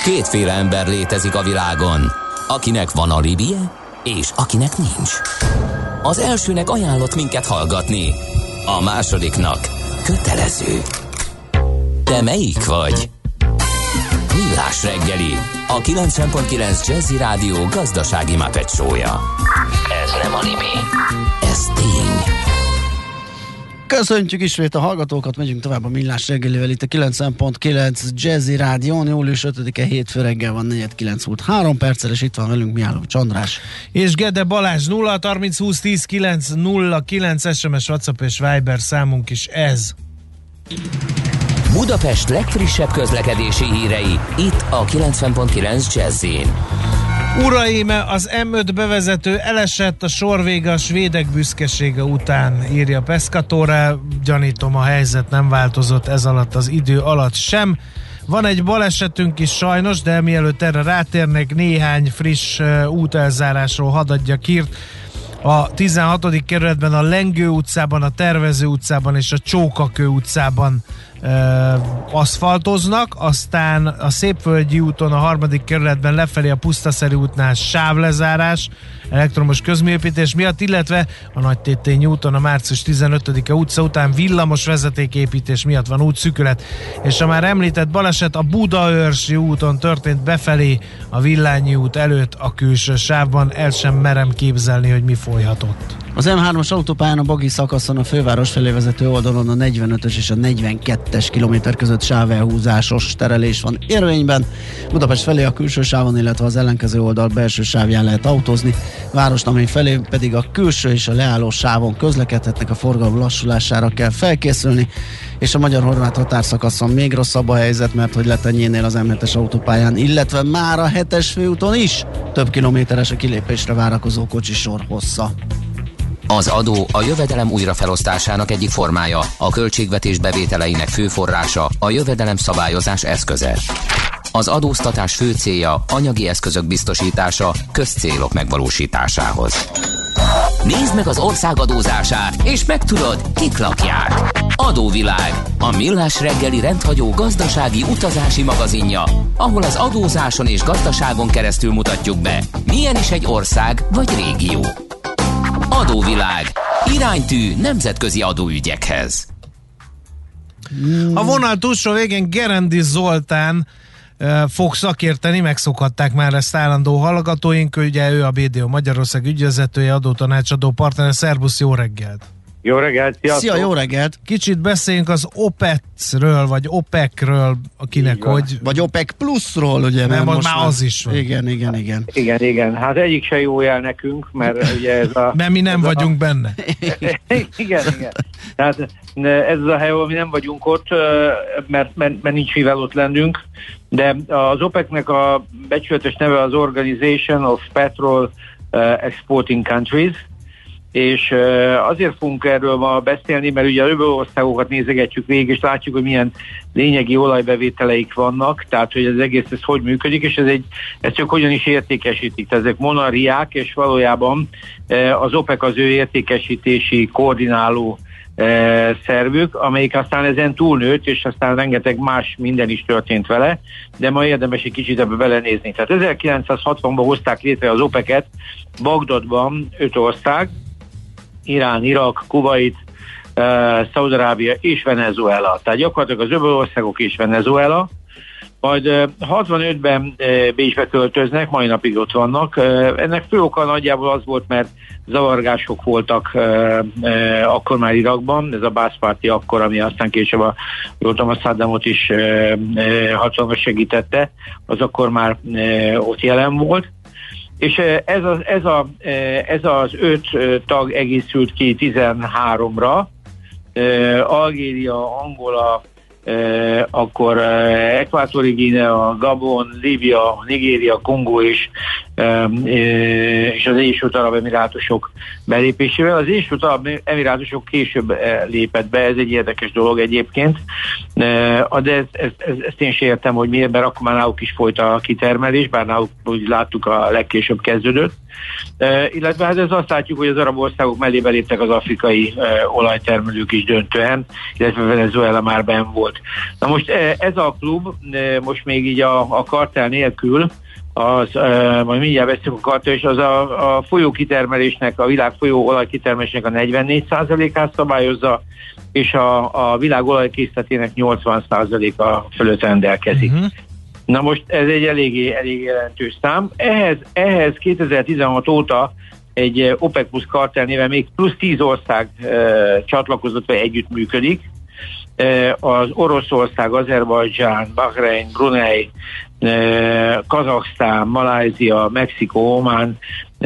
Kétféle ember létezik a világon, akinek van alibije, és akinek nincs. Az elsőnek ajánlott minket hallgatni, a másodiknak kötelező. Te melyik vagy? Millás reggeli, a 90.9 Jazzy Rádió gazdasági Muppet show-ja. Ez nem anime, ez tény. Köszöntjük ismét a hallgatókat, megyünk tovább a Millás reggelivel itt a 90.9 Jazzy Rádión. Július 5-e hétfő reggel van, 4:09 múlt 3 perccel, és itt van velünk Mihálovics András. És Gede Balázs. 0 30 20 10 9 0 9 SMS, WhatsApp és Viber számunk is ez. Budapest legfrissebb közlekedési hírei, itt a 90.9 Jazzyn. Uraim, az M5 bevezető elesett, a sor vége a svédek büszkesége után, írja Pescatore. Gyanítom, a helyzet nem változott ez alatt az idő alatt sem. Van egy balesetünk is sajnos, de mielőtt erre rátérnek, néhány friss útelzárásról hadd adjak hírt. A 16. kerületben a Lengő utcában, a Tervező utcában és a Csókakő utcában aszfaltoznak, aztán a Szépvölgyi úton a 3. kerületben lefelé a Pusztaszeri útnál sávlezárás elektromos közműépítés miatt, illetve a Nagytétény úton a március 15-e utca után villamos vezetéképítés miatt van útszűkület, és a már említett baleset a Budaörsi úton történt befelé a Villányi út előtt a külső sávban, el sem merem képzelni, hogy mi folyhatott. Az M3-as autópályán a Bagi szakaszon a főváros felé vezető oldalon a 45-ös és a 42-es kilométer között sávelhúzásos terelés van érvényben. Budapest felé a külső sávon, illetve az ellenkező oldal belső sávján lehet autózni. Városnamény felé pedig a külső és a leálló sávon közlekedhetnek, a forgalom lassulására kell felkészülni, és a magyar-horvát határszakaszon még rosszabb a helyzet, mert hogy Letenyénél az M7-es autópályán, illetve már a 7-es főúton is több kilométeres a kilépésre várakozó kocsisor hossza. Az adó a jövedelem újrafelosztásának egyik formája, a költségvetés bevételeinek fő forrása, a jövedelem szabályozás eszköze. Az adóztatás fő célja anyagi eszközök biztosítása közcélok megvalósításához. Nézd meg az ország adózását, és megtudod, kik lakják. Adóvilág, a millás reggeli rendhagyó gazdasági utazási magazinja, ahol az adózáson és gazdaságon keresztül mutatjuk be, milyen is egy ország vagy régió. Adóvilág. Iránytű nemzetközi adóügyekhez. A vonal túlsó végén Gerendi Zoltán fog szakérteni, megszokhatták már ezt állandó hallgatóink, ugye ő a BDO Magyarország ügyvezetője, adótanácsadó partnere. Szerbusz, jó reggelt! Jó reggelt, sziasztok! Szia, jó reggelt! Kicsit beszéljünk az OPEC-ről, vagy OPEC-ről, akinek hogy... Vagy OPEC Plus-ról, ugye? Nem, most már az is van. Igen. Hát egyik se jó jel nekünk, mert ugye ez a... Mert mi nem vagyunk benne. igen. Tehát ez az a hely, ahol mi nem vagyunk ott, mert nincs mivel ott lennünk, de az OPEC-nek a becsületes neve az Organization of Petrol Exporting Countries, és azért fogunk erről ma beszélni, mert ugye a öbölországokat nézegetjük végig, és látjuk, hogy milyen lényegi olajbevételeik vannak, tehát hogy az egész ez hogy működik, és ez csak hogyan is értékesítik. Tehát ezek monarchiák, és valójában az OPEC az ő értékesítési koordináló szervük, amelyik aztán ezen túlnőtt, és aztán rengeteg más minden is történt vele, de ma érdemes egy kicsit ebbe belenézni. Tehát 1960-ban hozták létre az OPEC-et, Bagdadban 5 ország, Irán, Irak, Kuwait, Szaúd-Arábia és Venezuela. Tehát gyakorlatilag az öbölországok és Venezuela. Majd 65-ben Bécsbe költöznek, mai napig ott vannak. Ennek fő oka nagyjából az volt, mert zavargások voltak akkor már Irakban, ez a Bász-párti akkor, ami aztán később a Saddamot is hatalmas segítette, az akkor már ott jelen volt. És ez az 5 tag egészült ki 13-ra, Algéria, Angola, akkor Ekvátori Guinea, Gabon, Líbia, Nigéria, Kongó és és az Egyesült Arab Emirátusok belépésével. Az Egyesült Arab Emirátusok később lépett be, ez egy érdekes dolog egyébként, de ezt én sem értem, hogy miért, mert akkor már náluk is folyt a kitermelés, bár náluk, úgy láttuk, a legkésőbb kezdődött. Illetve hát ez azt látjuk, hogy az arab országok mellé beléptek az afrikai olajtermelők is döntően, illetve Venezuela már benn volt. Na most ez a klub most még így a kartel nélkül, majd mindjárt beszélünk a kartel, és az a folyókitermelésnek, a világ folyó olajkitermelésnek a 44%-át szabályozza, és a világ olajkészletének 80%-a fölött rendelkezik. Na most ez egy elég jelentős szám. Ehhez 2016 óta egy OPEC plusz kartel néven még plusz 10 ország csatlakozott, vagy együttműködik. Az Oroszország, Azerbajdzsán, Bahrein, Brunei, Kazaksztán, Malajzia, Mexikó, Omán,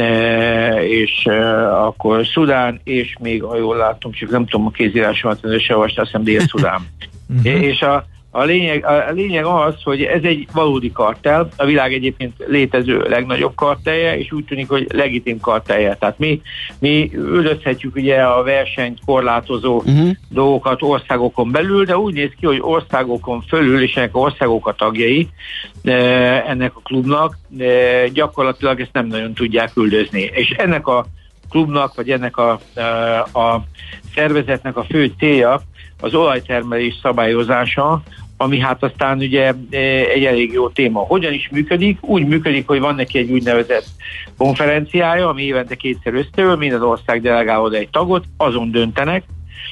és akkor Szudán, és még, ha jól látom, csak nem tudom a kézírásomat összeolvasni, azt hiszem Dél-Szudán. És a lényeg az, hogy ez egy valódi kartel, a világ egyébként létező legnagyobb kartelje, és úgy tűnik, hogy legitim kartelje. Tehát mi üldözhetjük ugye a versenyt korlátozó dolgokat országokon belül, de úgy néz ki, hogy országokon fölül, és ennek a országok a tagjai ennek a klubnak gyakorlatilag ezt nem nagyon tudják üldözni. És ennek a klubnak, vagy ennek a szervezetnek a fő célja az olajtermelés szabályozása, ami hát aztán ugye egy elég jó téma. Hogyan is működik? Úgy működik, hogy van neki egy úgynevezett konferenciája, ami évente kétszer összeül, minden ország delegál oda egy tagot, azon döntenek.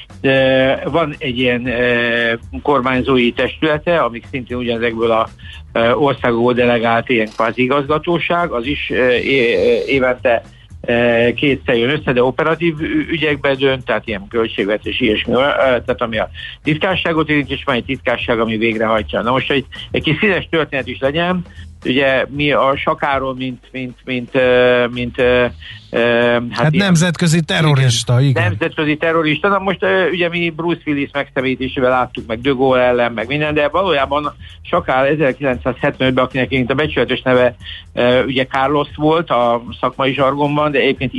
Van egy ilyen kormányzói testülete, amik szintén ugyanezekből az országokból delegált ilyen kvázi igazgatóság, az is évente kétszer jön össze, de operatív ügyekben dönt, tehát ilyen költségvetés, ilyesmi, tehát ami a titkárságot érint, és van egy titkárság, ami végrehajtja. Na most egy kis színes történet is legyen, ugye mi a Sakáról, hát nemzetközi terrorista, igen. Nemzetközi terrorista, na most ugye mi Bruce Willis megszemítésével láttuk, meg De Gaulle ellen, meg minden, de valójában Sakár 1975-ben, akinek a becsületes neve ugye Carlos volt a szakmai zsargonban, de egyébként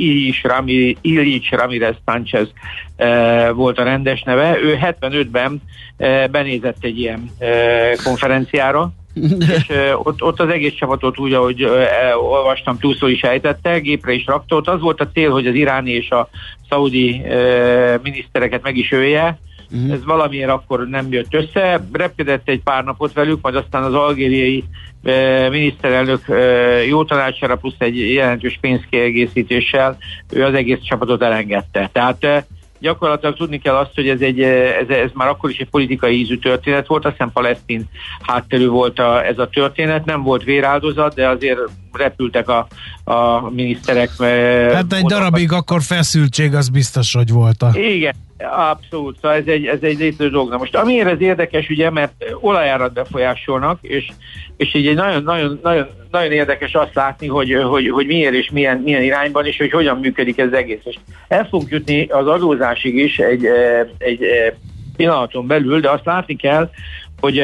Ilich Ramirez Sánchez volt a rendes neve. Ő 75-ben benézett egy ilyen konferenciára, és ott az egész csapatot úgy, ahogy olvastam, túlszól is ejtette, gépre is rakta. Ott az volt a cél, hogy az iráni és a szaudi minisztereket meg is ölje. Ez valamiért akkor nem jött össze. Repkedett egy pár napot velük, majd aztán az algériai miniszterelnök jó tanácsára plusz egy jelentős pénzkiegészítéssel ő az egész csapatot elengedte. Tehát gyakorlatilag tudni kell azt, hogy ez már akkor is egy politikai ízű történet volt, aztán palesztin hátterű volt ez a történet, nem volt véráldozat, de azért repültek a miniszterek. Hát egy darabig akkor feszültség az biztos, hogy volt. Igen, abszolút, szóval ez egy létező dolog. Na most amiért ez érdekes, ugye, mert olajárat befolyásolnak, és így egy nagyon érdekes azt látni, hogy miért és milyen irányban, és hogy hogyan működik ez egész. És el fogunk jutni az adózásig is egy pillanaton belül, de azt látni kell, hogy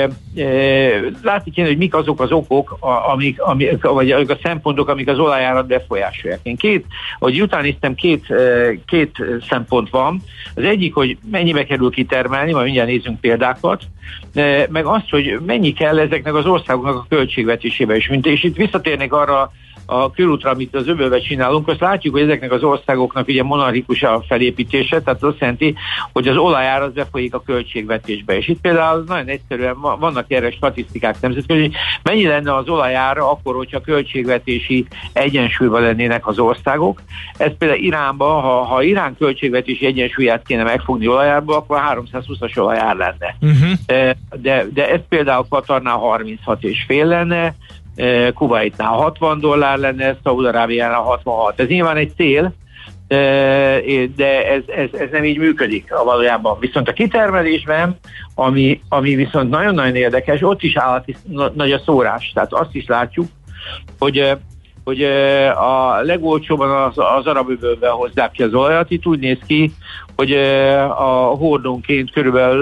látni kéne, hogy mik azok az okok, vagy a szempontok, amik az olajárat befolyásolják. Én ahogy után néztem, két szempont van. Az egyik, hogy mennyibe kerül kitermelni, majd mindjárt nézzünk példákat, meg azt, hogy mennyi kell ezeknek az országoknak a költségvetésébe is. És itt visszatérnék arra a körútra, amit az öbölbe csinálunk, azt látjuk, hogy ezeknek az országoknak ugye monarchikus a felépítése, tehát azt jelenti, hogy az olajár az befolyik a költségvetésbe. És itt például nagyon egyszerűen vannak erre statisztikák nemzetközi, mennyi lenne az olajára akkor, hogyha költségvetési egyensúlyban lennének az országok. Ez például Iránban, ha Irán költségvetési egyensúlyát kéne megfogni olajárba, akkor 320-as olajár lenne. De ez például Katarnál 36,5 lenne, Kuwaitnál $60 lenne, Szaúd-Arábiánál 66. Ez nyilván egy cél, de ez nem így működik a valójában. Viszont a kitermelésben, ami viszont nagyon-nagyon érdekes, ott is állati nagy a szórás. Tehát azt is látjuk, hogy a legolcsóban az arab-öbölben hozzák ki az olajat. Itt úgy néz ki, hogy a hordónként körülbelül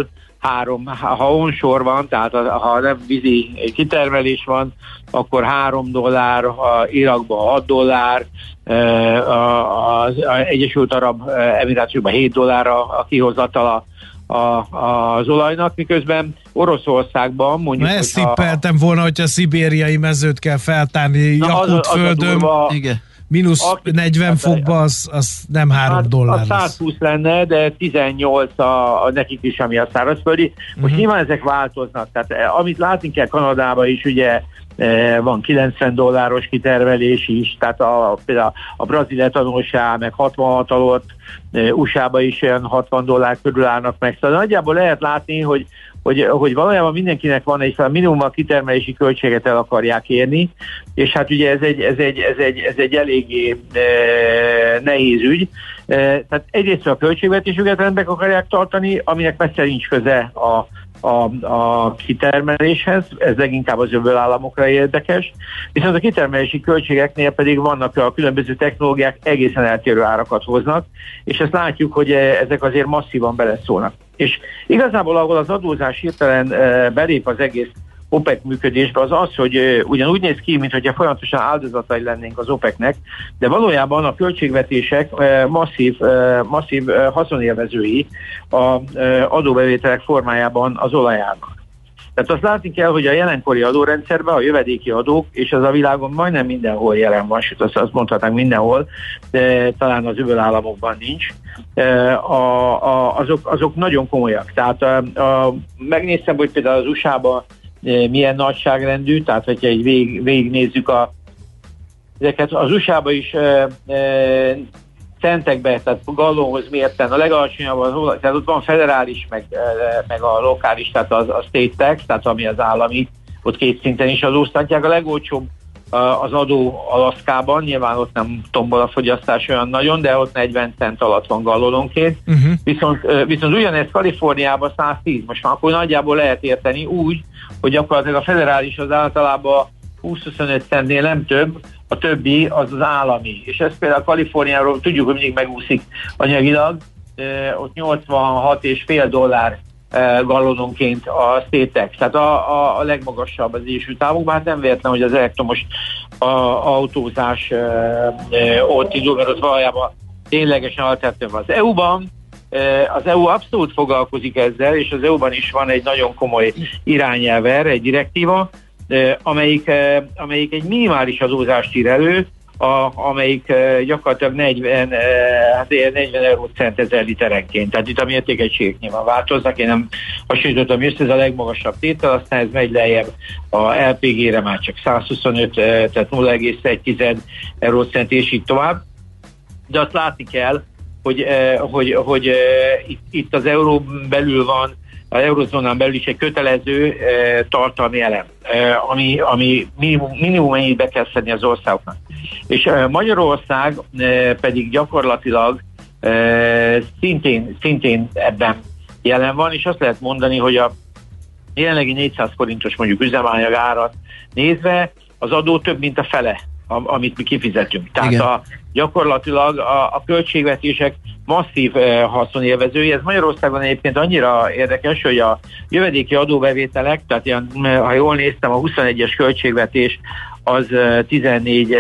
ha onshore van, tehát ha nem vízi kitermelés van, akkor $3, Irakban $6, az Egyesült Arab Emirátusokban $7 a kihozatal az olajnak, miközben Oroszországban mondjuk... Na ezt tippeltem volna, hogyha a szibériai mezőt kell feltárni Jakut földön, mínusz 40 fokba, az nem $3 Az 120 lenne, de 18 nekik is, ami a szárazföldi. Most nyilván ezek változnak, tehát amit látni kell Kanadában is, ugye van $90 kitermelés is, tehát például a brazil etanolsá meg 66 alatt, USA-ba is olyan $60 körül állnak meg. Szóval nagyjából lehet látni, hogy valójában mindenkinek van egy minimum a kitermelési költséget el akarják érni, és hát ugye ez egy eléggé nehéz ügy. Tehát egyrészt a költségvetésüket rendbe akarják tartani, aminek messze nincs köze a kitermeléshez, ez leginkább az öböl államokra érdekes, viszont a kitermelési költségeknél pedig vannak a különböző technológiák, egészen eltérő árakat hoznak, és ezt látjuk, hogy ezek azért masszívan beleszólnak. És igazából ahol az adózás hirtelen belép az egész OPEC működésbe, az, hogy ugyan úgy néz ki, mintha folyamatosan áldozatai lennénk az OPEC-nek, de valójában a költségvetések masszív haszonélvezői az adóbevételek formájában az olajárnak. Tehát azt látni kell, hogy a jelenkori adórendszerben a jövedéki adók, és az a világon majdnem mindenhol jelen van, sőt azt mondhatnánk mindenhol, de talán az öböl államokban nincs, azok nagyon komolyak. Tehát megnéztem, hogy például az USA-ban milyen nagyságrendű, tehát hogyha így végignézzük ezeket az USA-ban is centekbe, tehát gallonhoz mérten a legalacsonyabb, tehát ott van federális, meg a lokális, tehát a state tax, tehát ami az állami, ott két szinten is adóztatják. A legolcsóbb az adó Alaszkában, nyilván ott nem tombol a fogyasztás olyan nagyon, de ott 40 cent alatt van gallononként. Viszont ugyanez Kaliforniában 110, most már akkor nagyjából lehet érteni úgy, hogy gyakorlatilag a federális az általában 20-25 centnél nem több, a többi az állami. És ez például Kaliforniáról tudjuk, hogy mindig megúszik anyagilag, ott $86,5 gallononként a state tax, tehát a legmagasabb az Egyesült Államokban. Hát nem véletlen, hogy az elektromos autózás ott indul, mert ott valójában ténylegesen alternatív az EU-ban. Az EU abszolút foglalkozik ezzel, és az EU-ban is van egy nagyon komoly irányelv erre, egy direktíva, amelyik egy minimális adózást ír elő, amelyik gyakorlatilag 40 eurócent ezer literenként. Tehát itt a mértékegységek nyilván változnak, én nem hasonlítottam össze, ez a legmagasabb tétel, aztán ez megy lejjebb a LPG-re már csak 125, tehát 0,1 eurócent és így tovább. De azt látni kell, hogy itt az euró belül van, az eurozónán belül is egy kötelező tartalmi elem, ami minimum ennyit be kell szedni az országoknak. És Magyarország pedig gyakorlatilag szintén ebben jelen van, és azt lehet mondani, hogy a jelenlegi 400 forintos mondjuk üzemanyag árat nézve az adó több, mint a fele, amit mi kifizetünk. Tehát gyakorlatilag a költségvetések masszív haszonélvezői. Ez Magyarországon egyébként annyira érdekes, hogy a jövedéki adóbevételek, tehát ilyen, ha jól néztem, a 21-es költségvetés az 14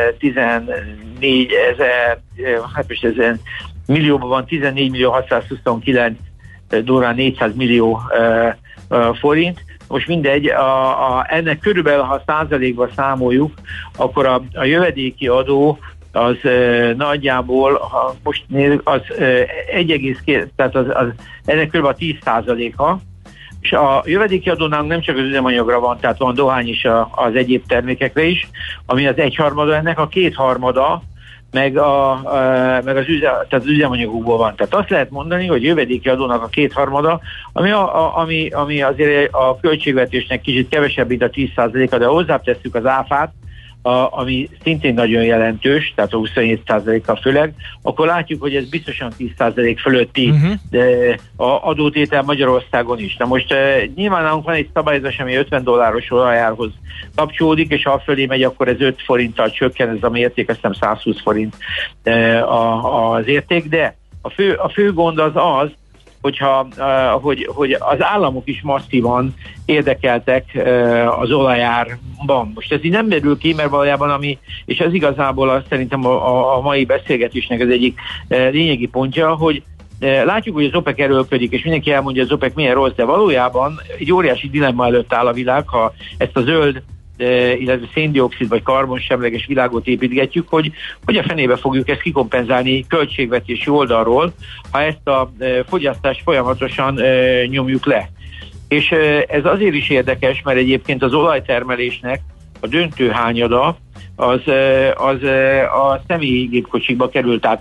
ezer, hát most ezen millióban van, 14.629 durván 400 millió forint. Most mindegy, ennek körülbelül, ha százalékban számoljuk, akkor a jövedéki adó az nagyjából, ha most nézzük, az 1,2, tehát az ennek kb. 10%-a, és a jövedéki adónál nem csak az üzemanyagra van, tehát van dohány is az egyéb termékekre is, ami az 1/3 ennek, a 2/3 meg az üzemanyagokból van. Tehát azt lehet mondani, hogy jövedéki adónak a 2/3, ami azért a költségvetésnek kicsit kevesebb, mint a 10%-a, de hozzátesszük az áfát, ami szintén nagyon jelentős, tehát a 27%-a főleg, akkor látjuk, hogy ez biztosan 10% fölötti adótétel Magyarországon is. Na most nyilván nálunk van egy szabályozás, ami $50 olajárhoz kapcsolódik, és ha fölé megy, akkor ez 5 forinttal csökken, ez a mérték, azt hiszem 120 forint az érték, de a fő gond az, hogy az államok is masszívan érdekeltek az olajárban. Most ez így nem derül ki, mert valójában és ez igazából szerintem a mai beszélgetésnek az egyik lényegi pontja, hogy látjuk, hogy az OPEC erőlködik, és mindenki elmondja, hogy az OPEC milyen rossz, de valójában egy óriási dilemma előtt áll a világ, ha ezt a zöld, illetve széndioxid vagy karbonsemleges világot építgetjük, hogy a fenébe fogjuk ezt kikompenzálni költségvetési oldalról, ha ezt a fogyasztást folyamatosan nyomjuk le. És ez azért is érdekes, mert egyébként az olajtermelésnek a döntő hányada az a személyi gépkocsikba került, tehát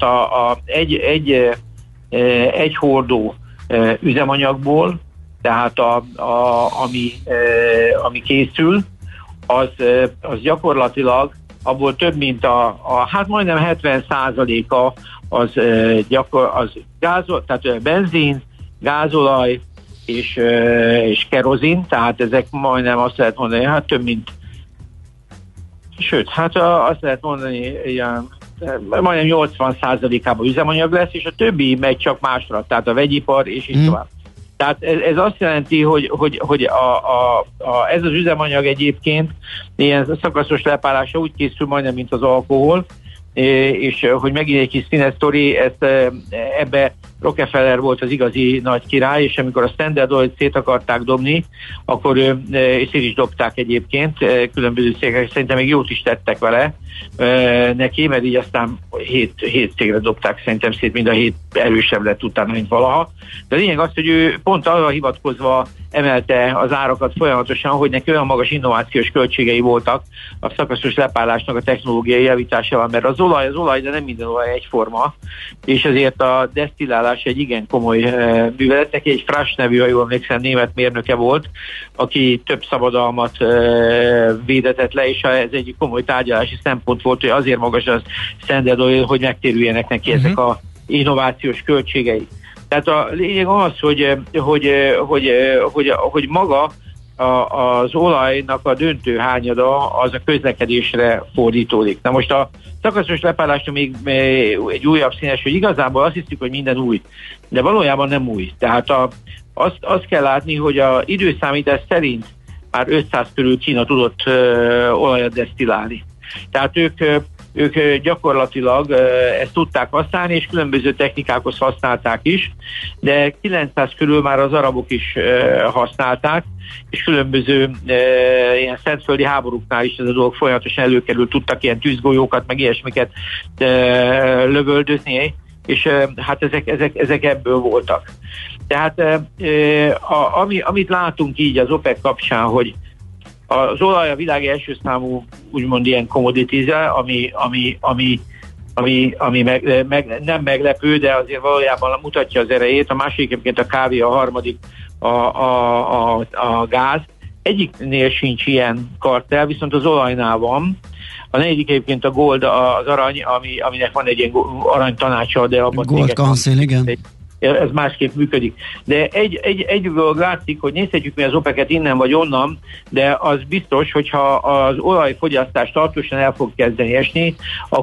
egy hordó üzemanyagból, tehát ami készül, az gyakorlatilag abból több, mint hát majdnem 70%-a az gázol, tehát benzin, gázolaj és kerozin, tehát ezek majdnem azt lehet mondani, hát több mint, sőt, hát azt lehet mondani, ilyen, majdnem 80%-ában üzemanyag lesz, és a többi megy csak másra, tehát a vegyipar és így tovább. Tehát ez azt jelenti, hogy ez az üzemanyag egyébként ilyen szakaszos lepálása úgy készül majdnem, mint az alkohol, és hogy megint egy kis színes sztori, ebbe Rockefeller volt az igazi nagy király, és amikor a Standard Oil-t szét akarták dobni, akkor és szét is dobták egyébként, különböző cégek, szerintem még jót is tettek vele neki, mert így aztán 7 cégre dobták szerintem szét, mind a 7 erősebb lett utána, mint valaha. De a lényeg az, hogy ő pont arra hivatkozva emelte az árakat folyamatosan, hogy neki olyan magas innovációs költségei voltak a szakaszos lepárlásnak a technológiai javításával, mert az olaj, de nem minden olaj egyforma, és ezért a desztillálás egy igen komoly művelet. Neki egy Frasch nevű, ha jól emlékszem, német mérnöke volt, aki több szabadalmat védetett le, és ez egy komoly tárgyalási szempont volt, hogy azért magas az Standard Oil, hogy megtérüljenek neki ezek a innovációs költségei. Tehát a lényeg az, hogy maga az olajnak a döntő hányada az a közlekedésre fordítódik. Na most a szakaszos lepárlásra még egy újabb színes, hogy igazából azt hiszük, hogy minden új, de valójában nem új. Tehát azt kell látni, hogy az időszámítás szerint már 500 körül Kína tudott olajat desztillálni. Tehát ők gyakorlatilag ezt tudták használni, és különböző technikákhoz használták is, de 900 körül már az arabok is használták, és különböző ilyen szentföldi háborúknál is ez a dolog folyamatosan előkerült, tudtak ilyen tűzgolyókat, meg ilyesmiket lövöldözni, és hát ezek ebből voltak. Tehát amit látunk így az OPEC kapcsán, hogy az olaj a világ első számú úgymond ilyen commodity-zel, ami nem meglepő, de azért valójában mutatja az erejét. A másik egyébként a kávé, a harmadik a gáz. Egyiknél sincs ilyen kartel, viszont az olajnál van. A negyedik egyébként a gold, az arany, aminek van egy ilyen arany tanácsa, de abban Gold Council, igen. Ez másképp működik. De egy dolog látszik, hogy nézhetjük mi az OPEC-et innen vagy onnan, de az biztos, hogyha az olajfogyasztás tartósan el fog kezdeni esni,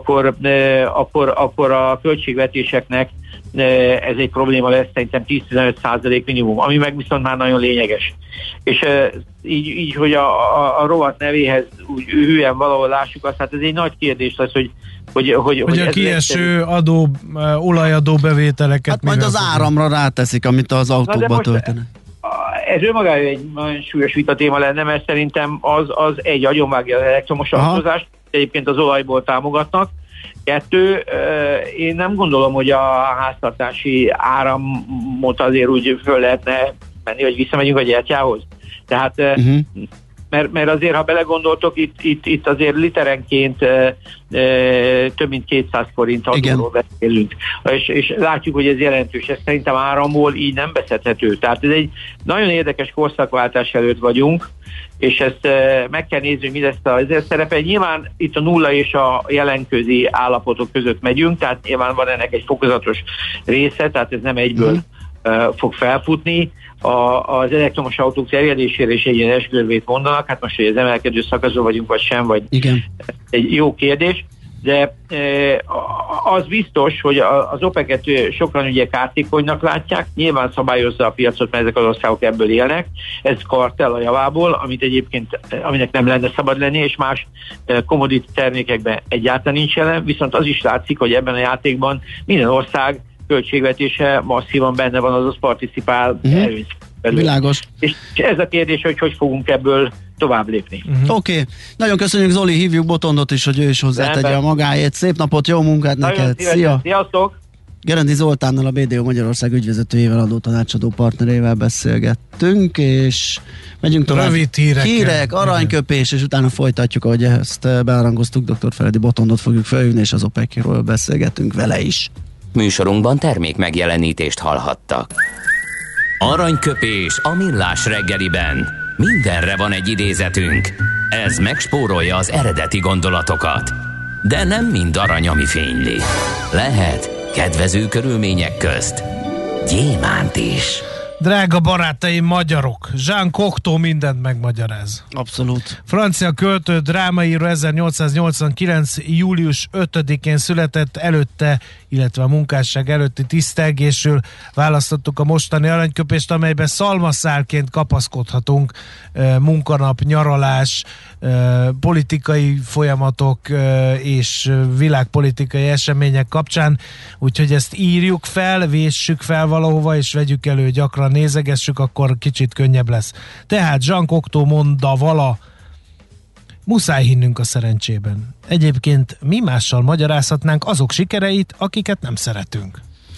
akkor a költségvetéseknek ez egy probléma lesz, szerintem 10-15% minimum, ami meg viszont már nagyon lényeges. És így hogy a rovat nevéhez úgy hülyen valahol lássuk azt, hát ez egy nagy kérdés lesz, hogy a kieső olajadó bevételeket. Hát majd az áramra ráteszik, amit az autókba töltenek. Ez önmagában egy nagyon súlyos vitatéma lenne, mert szerintem az egy agyonvágja az elektromos autózást, egyébként az olajból támogatnak. 2, én nem gondolom, hogy a háztartási áramot azért úgy föl lehetne menni, hogy visszamegyünk a gyertyához. Tehát mert azért, ha belegondoltok, itt azért literenként több mint 200 forint adóról beszélünk. És látjuk, hogy ez jelentős. Ez szerintem áramból így nem beszedhető. Tehát ez egy nagyon érdekes korszakváltás előtt vagyunk, és ezt meg kell nézni, hogy mi lesz ezért szerepel. Nyilván itt a nulla és a jelenközi állapotok között megyünk, tehát nyilván van ennek egy fokozatos része, tehát ez nem egyből fog felfutni. Az elektromos autók terjedésére is egy ilyen S-görbét mondanak, hát most, hogy az emelkedő szakaszon vagyunk, vagy sem, vagy igen. Egy jó kérdés, de az biztos, hogy az OPEC-et sokan ugye kártékonynak látják, nyilván szabályozza a piacot, mert ezek az országok ebből élnek, ez kartell a javából, aminek nem lenne szabad lenni, és más commodity termékekben egyáltalán nincs jelen, viszont az is látszik, hogy ebben a játékban minden ország költségvetése masszívan benne van, azaz participál előny. Világos. És ez a kérdés, hogy fogunk ebből tovább lépni. Oké. Nagyon köszönjük, Zoli, hívjuk Botondot is, hogy ő is hozzátegye a magáét. Szép napot, jó munkát neked. Szia! Sziasztok! Gerendi Zoltánnal, a BDO Magyarország ügyvezetőjével, adótanácsadó partnerével beszélgettünk, és megyünk tovább. Rövid hírek, aranyköpés, és utána folytatjuk, ahogy ezt bearangoztuk, dr. Feledi Botondot fogjuk felhívni, és az OPEC-ről beszélgetünk vele is. Műsorunkban termék megjelenítést hallhattak. Aranyköpés a millás reggeliben. Mindenre van egy idézetünk. Ez megspórolja az eredeti gondolatokat. De nem mind arany, ami fényli. Lehet kedvező körülmények közt gyémánt is. Drága barátaim, magyarok, Jean Cocteau mindent megmagyaráz. Abszolút. Francia költő, drámaíró 1889. július 5-én született, előtte, illetve a munkásság előtti tisztelgésül választottuk a mostani aranyköpést, amelyben szalmaszálként kapaszkodhatunk munkanap, nyaralás, politikai folyamatok és világpolitikai események kapcsán, úgyhogy ezt írjuk fel, véssük fel valahova, és vegyük elő, gyakran nézegessük, akkor kicsit könnyebb lesz. Tehát Jean Cocteau mondta vala, muszáj hinnünk a szerencsében. Egyébként mi mással magyarázhatnánk azok sikereit, akiket nem szeretünk?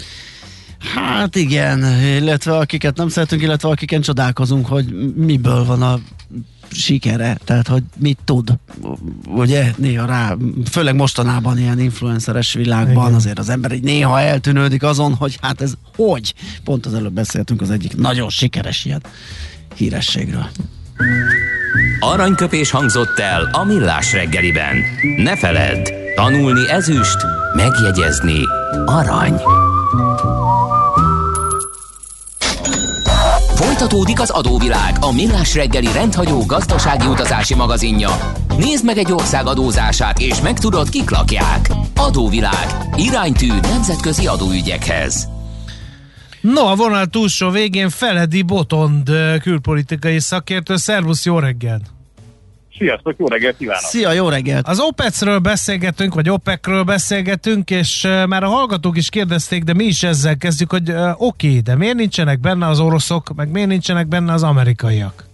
Hát igen, illetve akiket nem szeretünk, illetve akiken csodálkozunk, hogy miből van a sikere, tehát hogy mit tud, ugye néha rá, főleg mostanában ilyen influenceres világban igen. Azért az ember így néha eltűnődik azon, hogy hát ez hogy? Pont az előbb beszéltünk az egyik nagyon sikeres ilyen hírességről. Aranyköpés hangzott el a millás reggeliben. Ne feledd, tanulni ezüst, megjegyezni arany. Folytatódik az Adóvilág, a millás reggeli rendhagyó gazdasági utazási magazinja. Nézd meg egy ország adózását, és megtudod, kik lakják. Adóvilág, iránytű nemzetközi adóügyekhez. No, a vonal túlsó végén Feledi Botond, külpolitikai szakértő. Szervusz, jó reggelt! Sziasztok, jó reggelt kívánok! Szia, jó reggelt! Az OPEC-ről beszélgetünk, vagy OPEC-ről beszélgetünk, és már a hallgatók is kérdezték, de mi is ezzel kezdjük, hogy oké, de miért nincsenek benne az oroszok, meg miért nincsenek benne az amerikaiak?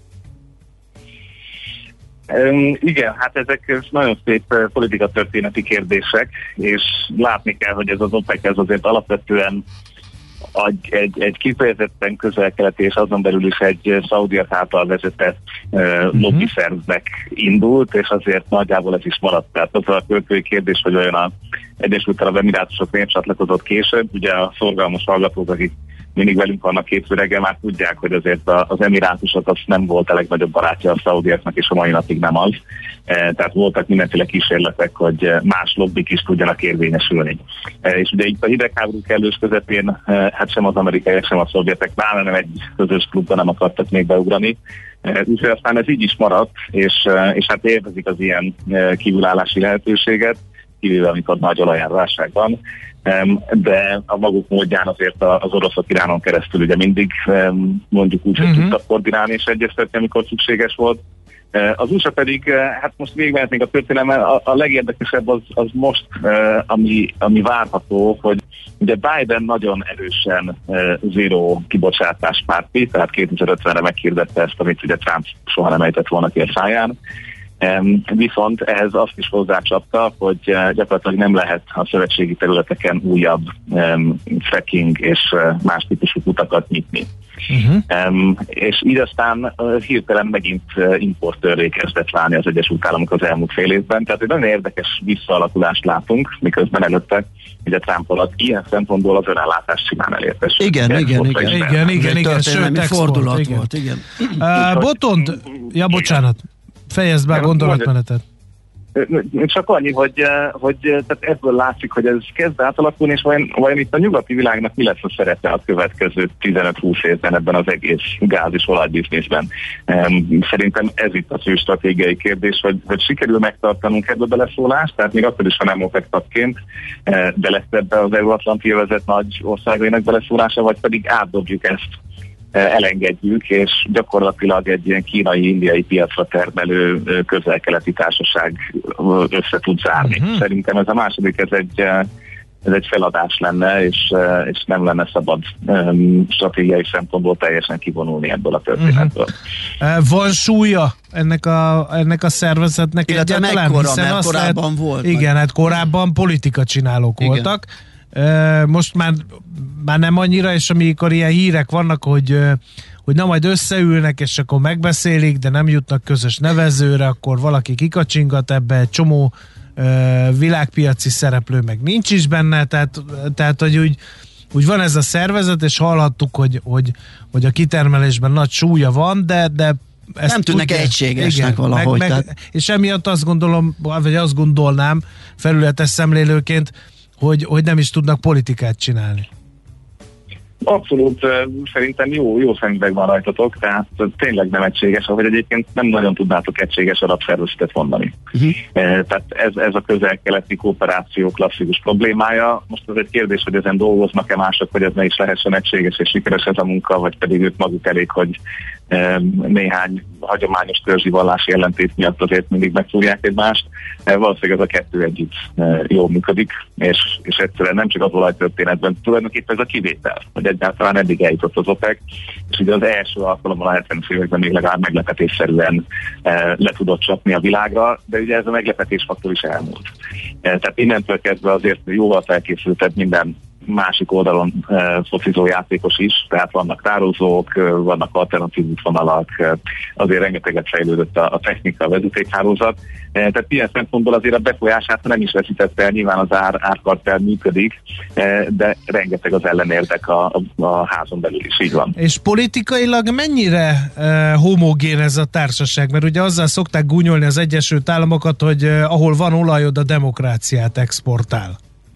Igen, hát ezek nagyon szép politikatörténeti kérdések, és látni kell, hogy ez az OPEC ez azért alapvetően egy kifejezetten közel-keleti és azon belül is egy Szaudiak által vezetett lobbyszervnek indult, és azért nagyjából ez is maradt. Tehát az a költői kérdés, hogy olyan az Egyesült Arab Emirátusok miért csatlakozott később. Ugye a szorgalmas hallgatók, akik mindig velünk vannak hétfő reggel, már tudják, hogy azért az Emirátusok az nem volt a legnagyobb barátja a szaudiaknak, és a mai napig nem az. Tehát voltak mindenféle kísérletek, hogy más lobbik is tudjanak érvényesülni. És ugye itt a hidegháború kellős közepén hát sem az amerikaiak, sem a szovjetek már nem egy közös klubban nem akartak még beugrani. Úgyhogy aztán ez így is maradt, és hát élvezik az ilyen kívülállási lehetőséget, kivéve amikor nagy olajárválság van. De a maguk módján azért az oroszok Iránon keresztül ugye mindig mondjuk úgy, hogy tudtak koordinálni és egyeztetni, amikor szükséges volt. Az USA pedig, hát most végigmehetnénk a történelmen, a legérdekesebb az most, ami várható, hogy ugye Biden nagyon erősen zéró kibocsátás párti, tehát 2050-re meghirdette ezt, amit ugye Trump soha nem ejtett volna ki a száján. Viszont ehhez azt is hozzácsapta, hogy gyakorlatilag nem lehet a szövetségi területeken újabb fracking és más típusú kutakat nyitni. És így aztán hirtelen megint importőrré kezdett válni az Egyesült Államok az elmúlt fél évben. Tehát egy nagyon érdekes visszaalakulást látunk, miközben előtte ugye Trump alatt ilyen szempontból az önellátás simán elértes. Igen, sőt, fordulat volt, igen. Botond, bocsánat, fejezd be a gondolatmenetet. Csak annyi, hogy tehát ebből látszik, hogy ez kezd átalakulni, és vajon itt a nyugati világnak mi lesz a szerepe a következő 15-20 évben ebben az egész gáz- és olajbizniszben. Szerintem ez itt a fő stratégiai kérdés, hogy sikerül megtartanunk ebbe beleszólást, tehát még akkor is, ha nem OPEC tagként, de lesz ebbe az Euró-Atlanti övezet nagy országainak beleszólása, vagy pedig átdobjuk ezt, elengedjük, és gyakorlatilag egy ilyen kínai-indiai piacra termelő közel-keleti társaság össze tud zárni. Szerintem ez a második, ez egy feladás lenne, és nem lenne szabad stratégiai szempontból teljesen kivonulni ebből a történetből. Van súlya ennek a szervezetnek egyáltalán? Mekkora, mert korábban volt. Igen, hát korábban politikacsinálók voltak. Most már nem annyira, és amikor ilyen hírek vannak, hogy na majd összeülnek, és akkor megbeszélik, de nem jutnak közös nevezőre, akkor valaki kikacsingat ebbe, egy csomó világpiaci szereplő meg nincs is benne, tehát hogy úgy van ez a szervezet, és hallhattuk, hogy a kitermelésben nagy súlya van, de ezt nem tűnnek egységesnek valahogy. És emiatt azt gondolom, vagy azt gondolnám felületes szemlélőként, hogy nem is tudnak politikát csinálni. Abszolút, szerintem jó szemüveg van rajtatok, tehát tényleg nem egységes, ahogy egyébként nem nagyon tudnátok egységes alapszervezetet mondani. Tehát ez a közel-keleti kooperáció klasszikus problémája. Most az egy kérdés, hogy ezen dolgoznak-e mások, hogy ez ne is lehessen egységes és sikeres ez a munka, vagy pedig ők maguk elég, hogy néhány hagyományos törzsi vallási ellentét miatt azért mindig megfúrják egymást. Valószínűleg ez a kettő együtt jól működik, és egyszerűen nem csak az olajtörténetben, tulajdonképpen ez a kivétel, hogy egyáltalán eddig eljutott az OPEC, és ugye az első alkalommal a 70-es években még legalább meglepetésszerűen le tudott csapni a világra, de ugye ez a meglepetésfaktor is elmúlt. Tehát innentől kezdve azért jóval felkészültebb minden másik oldalon focizó játékos is, tehát vannak tározók, vannak alternatív útvonalak, azért rengeteget fejlődött a technika, a vezetékhálózat. Tehát ilyen szempontból azért a befolyását nem is veszítette el, nyilván az árkartel működik, de rengeteg az ellenérdek a házon belül is, így van. És politikailag mennyire homogén ez a társaság? Mert ugye azzal szokták gúnyolni az Egyesült Államokat, hogy ahol van olajod, a demokráciát exportál.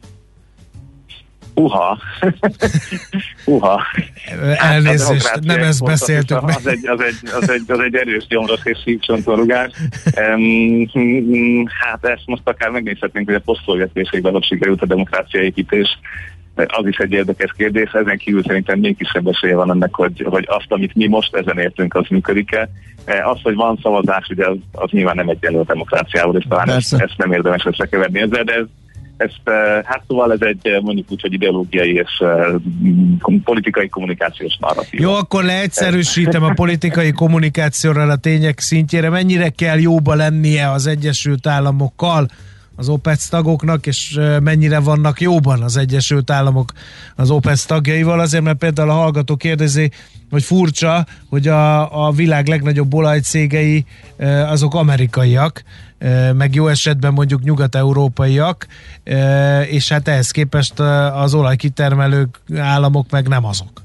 Elnézést, nem ezt beszéltük meg. Az egy erős gyomros és síkcsontorugás. Hát ezt most akár megnézhetnénk, hogy a posztszovjet-térségben ott sikerült a demokrácia építés. Az is egy érdekes kérdés, ezen kívül szerintem még kisebb esélye van ennek, hogy azt, amit mi most ezen értünk, az működik-e. Az, hogy van szavazás, ugye az nyilván nem egyenlő a demokráciával, és talán ezt nem érdemes összekeverni ezzel, de hát szóval ez egy mondjuk úgy, hogy ideológiai és politikai kommunikációs narratív. Jó, akkor leegyszerűsítem a politikai kommunikációra a tények szintjére. Mennyire kell jóba lennie az Egyesült Államokkal az OPEC tagoknak, és mennyire vannak jóban az Egyesült Államok az OPEC tagjaival? Azért, mert például a hallgató kérdezi, hogy furcsa, hogy a világ legnagyobb olajcégei azok amerikaiak, meg jó esetben mondjuk nyugat-európaiak, és hát ehhez képest az olajkitermelők államok meg nem azok.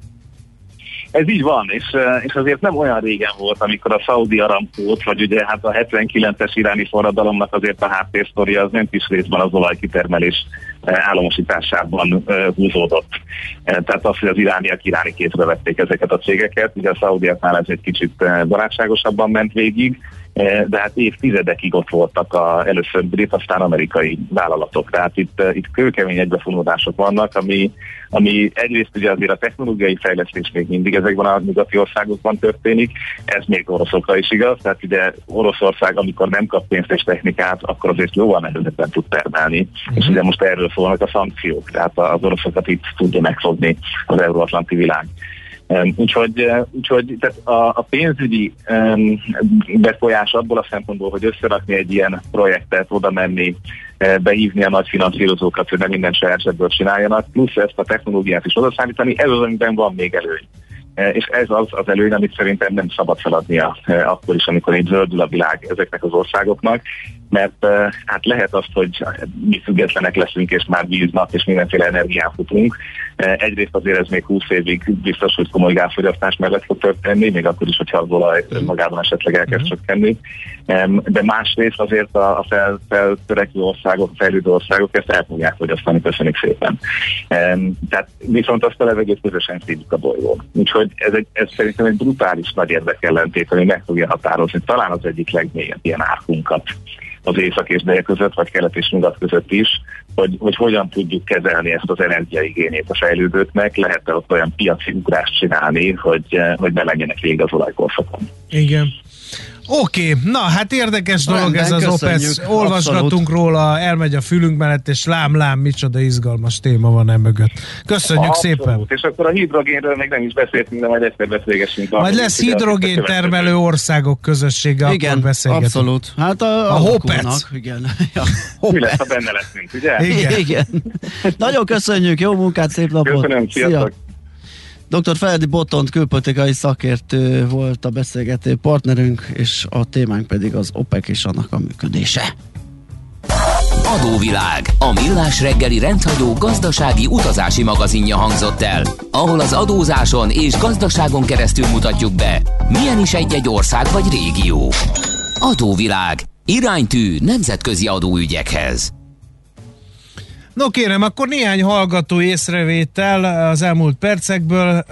Ez így van, és azért nem olyan régen volt, amikor a Saudi Aramco-t, vagy ugye hát a 79-es iráni forradalomnak azért a háttérsztoria az nem kis részben az olajkitermelés államosításában húzódott. Tehát az, hogy az irániak iráni kézre vették ezeket a cégeket, ugye a szaudiaknál ez egy kicsit barátságosabban ment végig, de hát évtizedekig ott voltak először brit, aztán amerikai vállalatok. Tehát itt kőkemény egybefonódások vannak, ami egyrészt ugye azért a technológiai fejlesztés még mindig ezekben a nyugati országokban történik, ez még oroszokra is igaz, tehát ugye Oroszország, amikor nem kap pénzt és technikát, akkor azért jóval nehezebben tud termelni, és ugye most erről szólnak a szankciók, tehát az oroszokat itt tudja megfogni az Euró-Atlanti világ. Úgyhogy tehát a pénzügyi befolyás abból a szempontból, hogy összerakni egy ilyen projektet, oda menni, behívni a nagy finanszírozókat, hogy nem minden saját zsebből csináljanak, plusz ezt a technológiát is odaszámítani, ez az, amiben van még előny. És ez az előny, amit szerintem nem szabad feladnia akkor is, amikor így zöldül a világ ezeknek az országoknak, mert hát lehet azt, hogy mi függetlenek leszünk, és már bíznak, és mindenféle energián futunk. Egyrészt azért ez még 20 évig biztos, hogy komoly gázfogyasztás mellett fog történni, még akkor is, hogyha az olaj magában esetleg elkezd csökkenni. De másrészt azért a feltörekvő országok, a fejlődő országok ezt el fogják fogyasztani, köszönjük szépen. Tehát viszont azt a levegőt közösen szívjuk a bolygón. Úgyhogy ez szerintem egy brutális nagy érdekellentét, ami meg fogja határozni talán az egyik legmélyebb ilyen árkunkat az észak és dél között, vagy kelet és nyugat között is, hogy hogyan tudjuk kezelni ezt az energiaigényét a fejlődőknek, lehet-e ott olyan piaci ugrást csinálni, hogy ne legyenek vége az olajkorszakon. Igen. Oké, na hát érdekes dolog ez az OPEC, olvasgatunk róla, elmegy a fülünk mellett, és lám, micsoda izgalmas téma van mögött. Köszönjük szépen! És akkor a hidrogénről még nem is beszéltünk, de majd egyszer beszélgessünk. Majd lesz hidrogén termelő országok közössége, igen, akkor beszélgetünk. Abszolút. Hát a HOPEC. Igen. Mi lesz, ha benne leszünk, ugye? Igen. Nagyon köszönjük, jó munkát, szép napot! Köszönöm, sziasztok! Dr. Feledi Botont külpolitikai szakértő volt a beszélgető partnerünk, és a témánk pedig az OPEC és annak a működése. Adóvilág, a millás reggeli rendhagyó gazdasági utazási magazinja hangzott el, ahol az adózáson és gazdaságon keresztül mutatjuk be, milyen is egy-egy ország vagy régió. Adóvilág, iránytű nemzetközi adóügyekhez. No kérem, akkor néhány hallgató észrevétel az elmúlt percekből.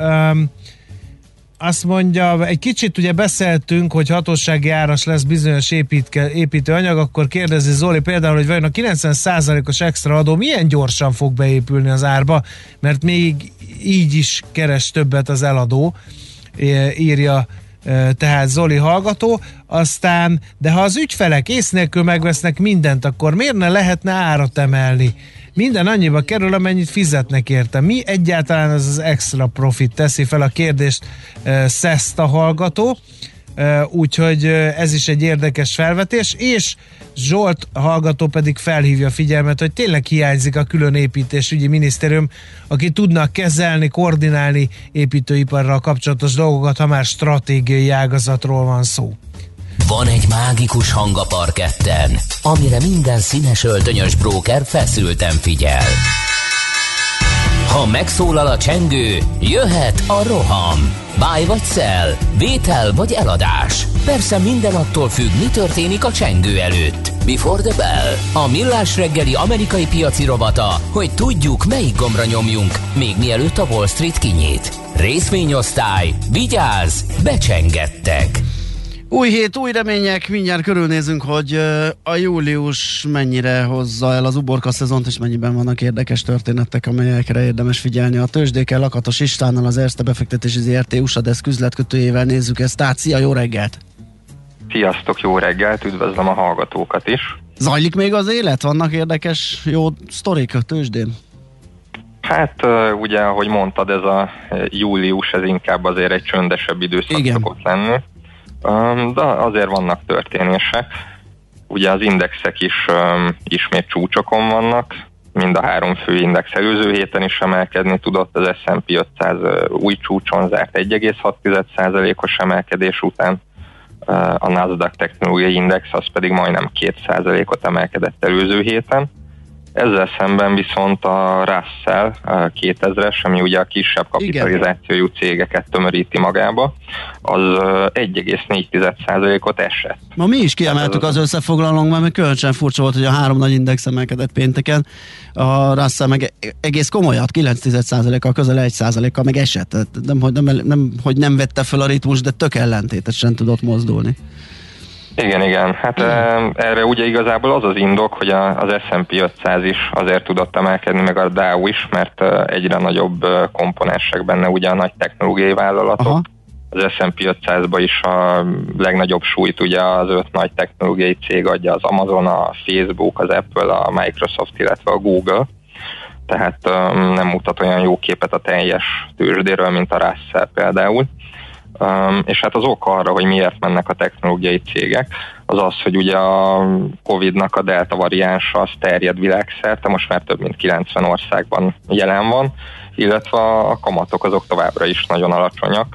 Azt mondja, egy kicsit ugye beszéltünk, hogy hatósági áras lesz bizonyos építőanyag, akkor kérdezi Zoli például, hogy vajon a 90%-os extra adó milyen gyorsan fog beépülni az árba, mert még így is keres többet az eladó, írja tehát Zoli hallgató. Aztán, de ha az ügyfelek ész nélkül megvesznek mindent, akkor miért ne lehetne árat emelni? Minden annyiba kerül, amennyit fizetnek érte. Mi egyáltalán az extra profit? Teszi fel a kérdést Szeszta hallgató. Úgyhogy ez is egy érdekes felvetés, és Zsolt hallgató pedig felhívja a figyelmet, hogy tényleg hiányzik a külön építésügyi minisztérium, aki tudna kezelni, koordinálni építőiparral kapcsolatos dolgokat, ha már stratégiai ágazatról van szó. Van egy mágikus hang a parketten, amire minden színes öltönyös bróker feszülten figyel. Ha megszólal a csengő, jöhet a roham. Buy vagy sell, vétel vagy eladás. Persze minden attól függ, mi történik a csengő előtt. Before the bell, a millás reggeli amerikai piaci rovata, hogy tudjuk, melyik gombra nyomjunk, még mielőtt a Wall Street kinyit. Részvényosztály, vigyázz, becsengettek. Új hét, új remények, mindjárt körülnézünk, hogy a július mennyire hozza el az uborka szezont, és mennyiben vannak érdekes történetek, amelyekre érdemes figyelni. A tőzsdékkel Lakatos Istvánnal, az Erste befektetési ZRT USA Desk üzletkötőjével nézzük ezt át. Szia, jó reggelt! Sziasztok, jó reggelt, üdvözlöm a hallgatókat is. Zajlik még az élet? Vannak érdekes, jó sztorik a tőzsdén? Hát ugye, ahogy mondtad, ez a július, ez inkább azért egy csöndesebb időszak szokott lenni. De azért vannak történések. Ugye az indexek is ismét csúcsokon vannak, mind a három fő index előző héten is emelkedni tudott, az S&P 500 új csúcson zárt 1,6%-os emelkedés után, a Nasdaq technológiai index az pedig majdnem 2%-ot emelkedett előző héten. Ezzel szemben viszont a Russell 2000-es, ami ugye a kisebb kapitalizációjú cégeket tömöríti magába, az 1,4%-ot esett. Ma mi is kiemeltük az összefoglalónkban, mert különösen furcsa volt, hogy a három nagy index emelkedett pénteken, a Russell meg egész komolyat, 9%-kal, közel 1%-kal meg esett. Nem, hogy nem vette fel a ritmus, de tök ellentétesen tudott mozdulni. Igen. Hát erre ugye igazából az az indok, hogy az S&P 500 is azért tudott emelkedni, meg a Dow is, mert egyre nagyobb komponensek benne ugye a nagy technológiai vállalatok. Aha. Az S&P 500-ba is a legnagyobb súlyt ugye az 5 nagy technológiai cég adja, az Amazon, a Facebook, az Apple, a Microsoft, illetve a Google. Tehát nem mutat olyan jó képet a teljes tőzsdéről, mint a Russell például. És hát az ok arra, hogy miért mennek a technológiai cégek, az az, hogy ugye a Covid-nak a delta variánsa az terjed világszerte, most már több mint 90 országban jelen van, illetve a kamatok azok továbbra is nagyon alacsonyak.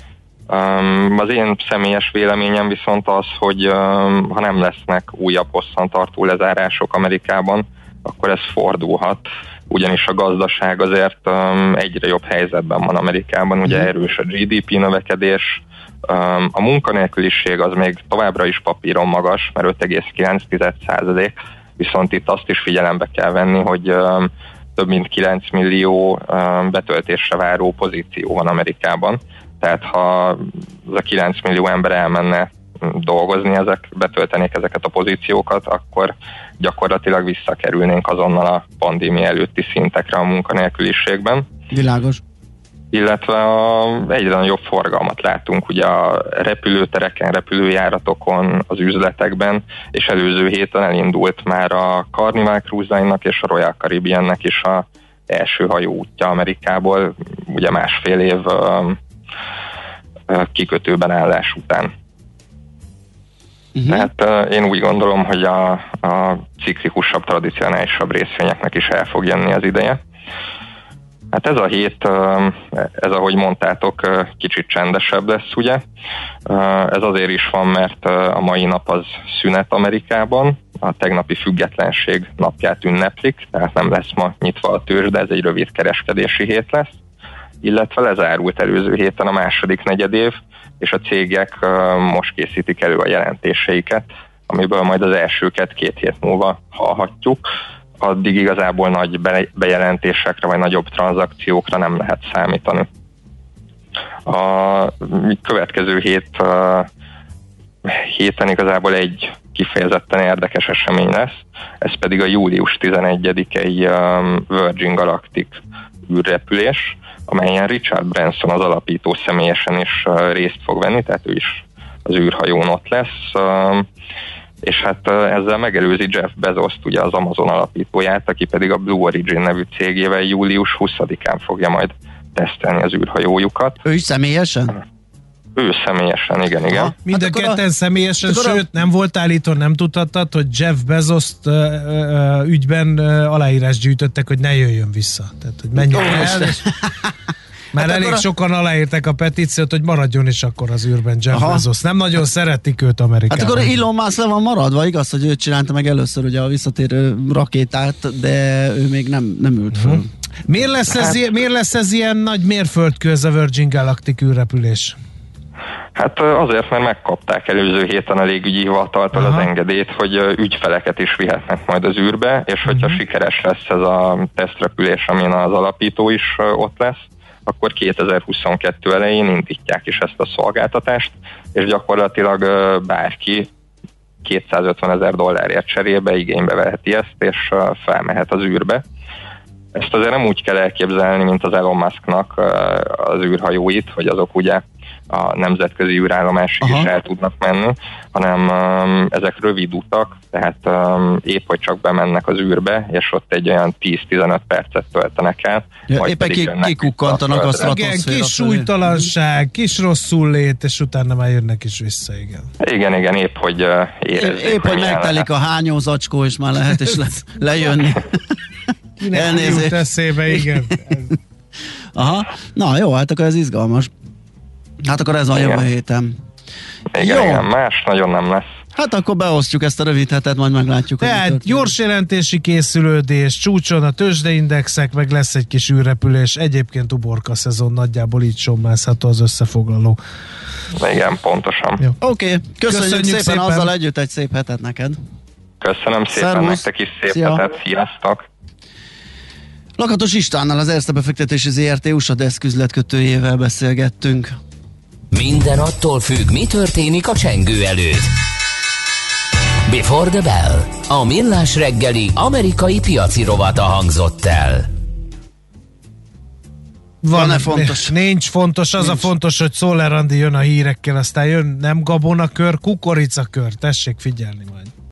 Az én személyes véleményem viszont az, hogy ha nem lesznek újabb hosszantartó lezárások Amerikában, akkor ez fordulhat, ugyanis a gazdaság azért egyre jobb helyzetben van Amerikában, ugye erős a GDP növekedés, A munkanélküliség az még továbbra is papíron magas, mert 5,9%, viszont itt azt is figyelembe kell venni, hogy több mint 9 millió betöltésre váró pozíció van Amerikában. Tehát ha az a 9 millió ember elmenne dolgozni, betöltenék ezeket a pozíciókat, akkor gyakorlatilag visszakerülnénk azonnal a pandémia előtti szintekre a munkanélküliségben. Világos. Illetve egyre nagyobb forgalmat látunk ugye a repülőtereken, repülőjáratokon, az üzletekben, és előző héten elindult már a Carnival Cruise Line-nak és a Royal Caribbeannek is az első hajóútja Amerikából, ugye 1,5 év kikötőben állás után. Tehát én úgy gondolom, hogy a ciklikusabb, tradicionálisabb részvényeknek is el fog jönni az ideje. Hát ez a hét, ez ahogy mondtátok, kicsit csendesebb lesz, ugye? Ez azért is van, mert a mai nap az szünet Amerikában, a tegnapi függetlenség napját ünneplik, tehát nem lesz ma nyitva a tőzsde, ez egy rövid kereskedési hét lesz, illetve lezárult előző héten a második negyedév, és a cégek most készítik elő a jelentéseiket, amiből majd az elsőket 2 hét múlva hallhatjuk. Addig igazából nagy bejelentésekre vagy nagyobb tranzakciókra nem lehet számítani. A következő héten igazából egy kifejezetten érdekes esemény lesz, ez pedig a július 11-i Virgin Galactic űrrepülés, amelyen Richard Branson, az alapító személyesen is részt fog venni, tehát ő is az űrhajón ott lesz, és hát ezzel megelőzi Jeff Bezos-t, ugye az Amazon alapítóját, aki pedig a Blue Origin nevű cégével július 20-án fogja majd tesztelni az űrhajójukat. Ő is személyesen? Ő személyesen, igen. Mind a ketten személyesen, sőt, nem volt állító, nem tudhattad, hogy Jeff Bezos-t ügyben aláírás gyűjtöttek, hogy ne jöjjön vissza. Tehát, hogy menjen el, már hát elég sokan aláírták a petíciót, hogy maradjon is akkor az űrben Jeff Bezos. Nem nagyon szeretik őt Amerikában. Hát akkor Elon Musk le van maradva, igaz, hogy ő csinálta meg először ugye a visszatérő rakétát, de ő még nem ült föl. Miért lesz ez ilyen nagy mérföldkő, ez a Virgin Galactic űrrepülés? Hát azért, mert megkapták előző héten a légügyi hivataltól az engedélyt, hogy ügyfeleket is vihetnek majd az űrbe, és hogyha sikeres lesz ez a tesztrepülés, amin az alapító is ott lesz, akkor 2022 elején indítják is ezt a szolgáltatást, és gyakorlatilag bárki $250,000 cserébe igénybe veheti ezt, és felmehet az űrbe. Ezt azért nem úgy kell elképzelni, mint az Elon Musknak az űrhajóit, hogy azok ugye a nemzetközi űrállomásig is el tudnak menni, hanem ezek rövid utak, tehát épp hogy csak bemennek az űrbe, és ott egy olyan 10-15 percet töltenek el. Ja, éppen kikukkantanak a stratoszféra. Igen, kis súlytalanság, kis rosszul-lét, és utána már jönnek is vissza, igen. Igen, épp hogy érezzék. Épp hogy megtelik a hányózacskó, és már lehet is lejönni. Elnézést. Jut eszébe, igen. Aha, na jó, hát akkor ez izgalmas. Hát akkor ez van jövő héten. Igen, más nagyon nem lesz. Hát akkor beosztjuk ezt a rövid hetet, majd meglátjuk. Tehát gyors jelentési készülődés, csúcson a tőzsdeindexek, meg lesz egy kis űrrepülés. Egyébként uborka szezon, nagyjából így sommázható az összefoglaló. Igen, pontosan. Oké, köszönjük szépen, azzal együtt egy szép hetet neked. Köszönöm szépen. Szervusz. Nektek is szép hetet, sziasztok! Lakatos Istvánnal, az Erste Befektetési ZRT USA Desk üzletkötőjével beszélgettünk. Minden attól függ, mi történik a csengő előtt. Before the Bell, a millás reggeli amerikai piaci rovata hangzott el. Van-e fontos? Nincs fontos, az nincs. A fontos, hogy Szoller Andi jön a hírekkel, aztán jön nem gabonakör, kukoricakör, tessék figyelni majd.